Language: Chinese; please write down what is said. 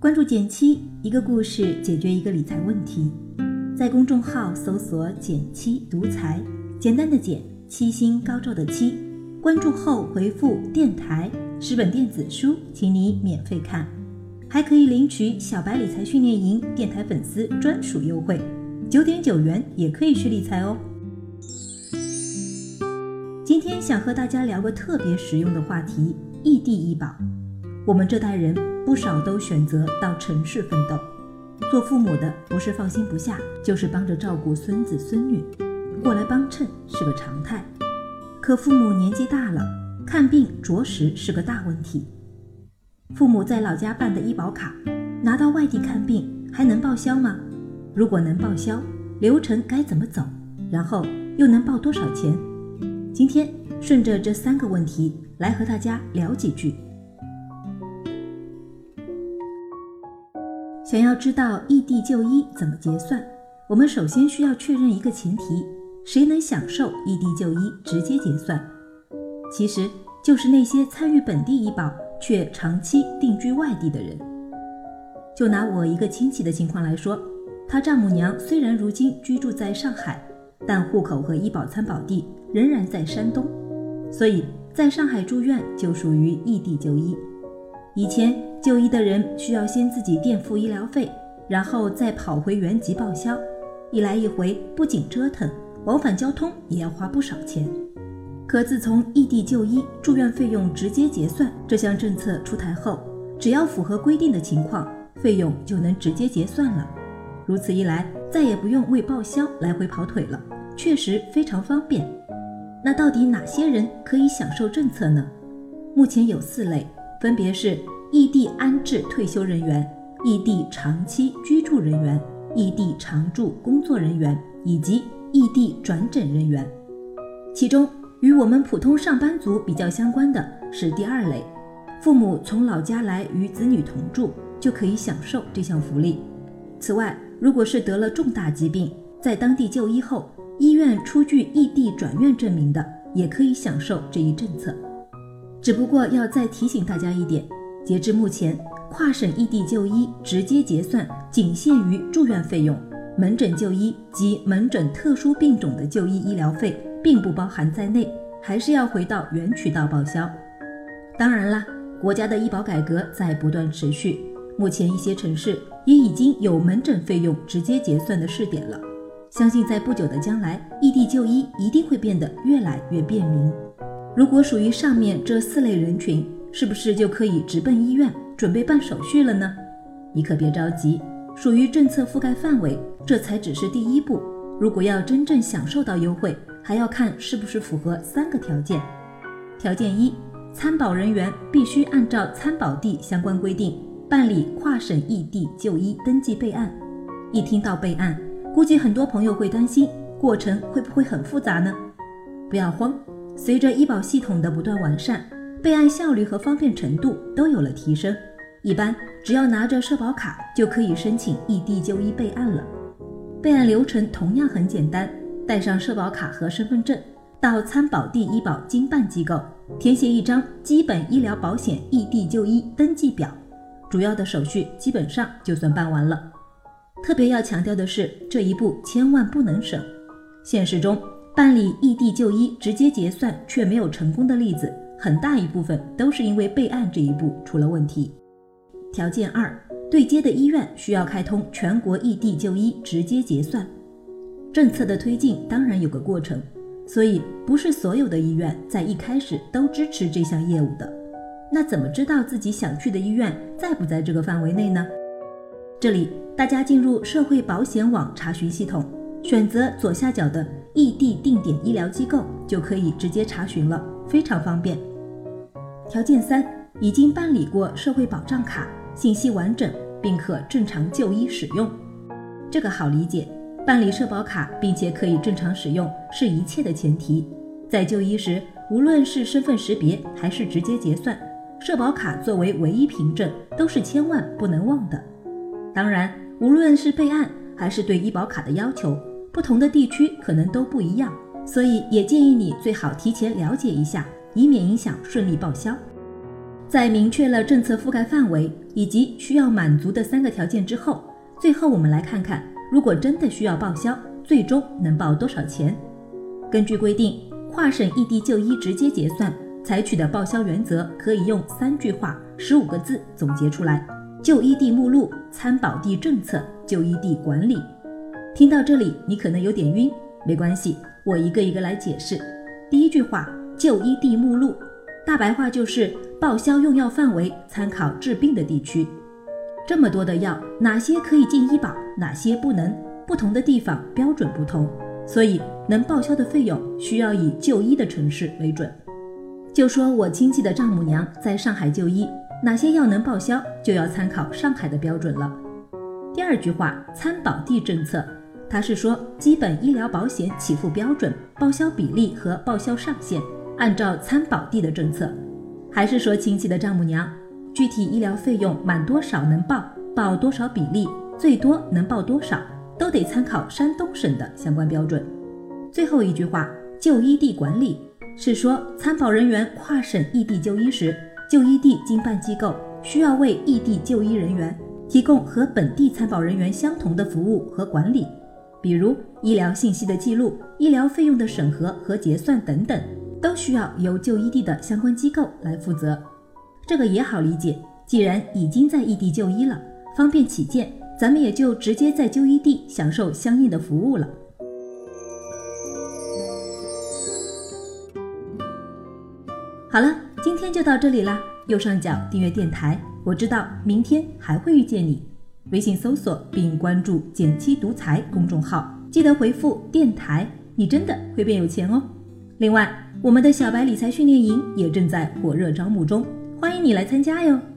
关注减七，一个故事解决一个理财问题。在公众号搜索减七独裁，简单的减，七星高照的七。关注后回复电台，10本电子书，请你免费看，还可以领取小白理财训练营电台粉丝专属优惠，9.9元也可以去理财哦。今天想和大家聊个特别实用的话题，异地医保。我们这代人不少都选择到城市奋斗，做父母的不是放心不下，就是帮着照顾孙子孙女，过来帮衬是个常态。可父母年纪大了，看病着实是个大问题。父母在老家办的医保卡，拿到外地看病还能报销吗？如果能报销，流程该怎么走？然后又能报多少钱？今天顺着这3个问题来和大家聊几句。想要知道异地就医怎么结算，我们首先需要确认一个前提，谁能享受异地就医直接结算？其实就是那些参与本地医保却长期定居外地的人。就拿我一个亲戚的情况来说，他丈母娘虽然如今居住在上海，但户口和医保参保地仍然在山东，所以在上海住院就属于异地就医。以前就医的人需要先自己垫付医疗费，然后再跑回原籍报销，一来一回不仅折腾，往返交通也要花不少钱。可自从异地就医住院费用直接结算这项政策出台后，只要符合规定的情况，费用就能直接结算了。如此一来，再也不用为报销来回跑腿了，确实非常方便。那到底哪些人可以享受政策呢？目前有4类，分别是异地安置退休人员、异地长期居住人员、异地常住工作人员以及异地转诊人员。其中与我们普通上班族比较相关的是第2类，父母从老家来与子女同住，就可以享受这项福利。此外，如果是得了重大疾病，在当地就医后，医院出具异地转院证明的，也可以享受这一政策。只不过要再提醒大家一点，截至目前，跨省异地就医直接结算仅限于住院费用，门诊就医及门诊特殊病种的就医医疗费并不包含在内，还是要回到原渠道报销。当然啦，国家的医保改革在不断持续，目前一些城市也已经有门诊费用直接结算的试点了。相信在不久的将来，异地就医一定会变得越来越便民。如果属于上面这4类人群，是不是就可以直奔医院准备办手续了呢？你可别着急，属于政策覆盖范围，这才只是第1步。如果要真正享受到优惠，还要看是不是符合3个条件。条件1，参保人员必须按照参保地相关规定办理跨省异地就医登记备案。一听到备案，估计很多朋友会担心过程会不会很复杂呢？不要慌，随着医保系统的不断完善，备案效率和方便程度都有了提升。一般只要拿着社保卡就可以申请异地就医备案了。备案流程同样很简单，带上社保卡和身份证，到参保地医保经办机构填写一张基本医疗保险异地就医登记表，主要的手续基本上就算办完了。特别要强调的是，这一步千万不能省。现实中，办理异地就医直接结算却没有成功的例子，很大一部分都是因为备案这一步出了问题。条件2，对接的医院需要开通全国异地就医直接结算。政策的推进当然有个过程，所以不是所有的医院在一开始都支持这项业务的。那怎么知道自己想去的医院在不在这个范围内呢？这里大家进入社会保险网查询系统，选择左下角的异地定点医疗机构，就可以直接查询了，非常方便。条件3，已经办理过社会保障卡，信息完整，并可正常就医使用。这个好理解，办理社保卡并且可以正常使用是一切的前提。在就医时，无论是身份识别还是直接结算，社保卡作为唯一凭证都是千万不能忘的。当然，无论是备案还是对医保卡的要求，不同的地区可能都不一样，所以也建议你最好提前了解一下，以免影响顺利报销。 在明确了政策覆盖范围以及需要满足的3个条件之后，最后我们来看看，如果真的需要报销，最终能报多少钱。根据规定，跨省异地就医直接结算采取的报销原则可以用3句话15个字总结出来：就医地目录、参保地政策、就医地管理。听到这里你可能有点晕，没关系，我一个一个来解释。第一句话，就医地目录，大白话就是报销用药范围参考治病的地区。这么多的药，哪些可以进医保，哪些不能，不同的地方标准不同，所以能报销的费用需要以就医的城市为准。就说我亲戚的丈母娘在上海就医，哪些药能报销，就要参考上海的标准了。第二句话，参保地政策，它是说基本医疗保险起付标准、报销比例和报销上限，按照参保地的政策。还是说亲戚的丈母娘，具体医疗费用满多少能报，报多少比例，最多能报多少，都得参考山东省的相关标准。最后一句话，就医地管理，是说参保人员跨省异地就医时，就医地经办机构需要为异地就医人员提供和本地参保人员相同的服务和管理，比如医疗信息的记录、医疗费用的审核和结算等等，都需要由就医地的相关机构来负责。这个也好理解，既然已经在异地就医了，方便起见，咱们也就直接在就医地享受相应的服务了。好了，今天就到这里啦，右上角订阅电台，我知道明天还会遇见你。微信搜索并关注减七独裁公众号，记得回复电台，你真的会变有钱哦。另外，我们的小白理财训练营也正在火热招募中，欢迎你来参加哟。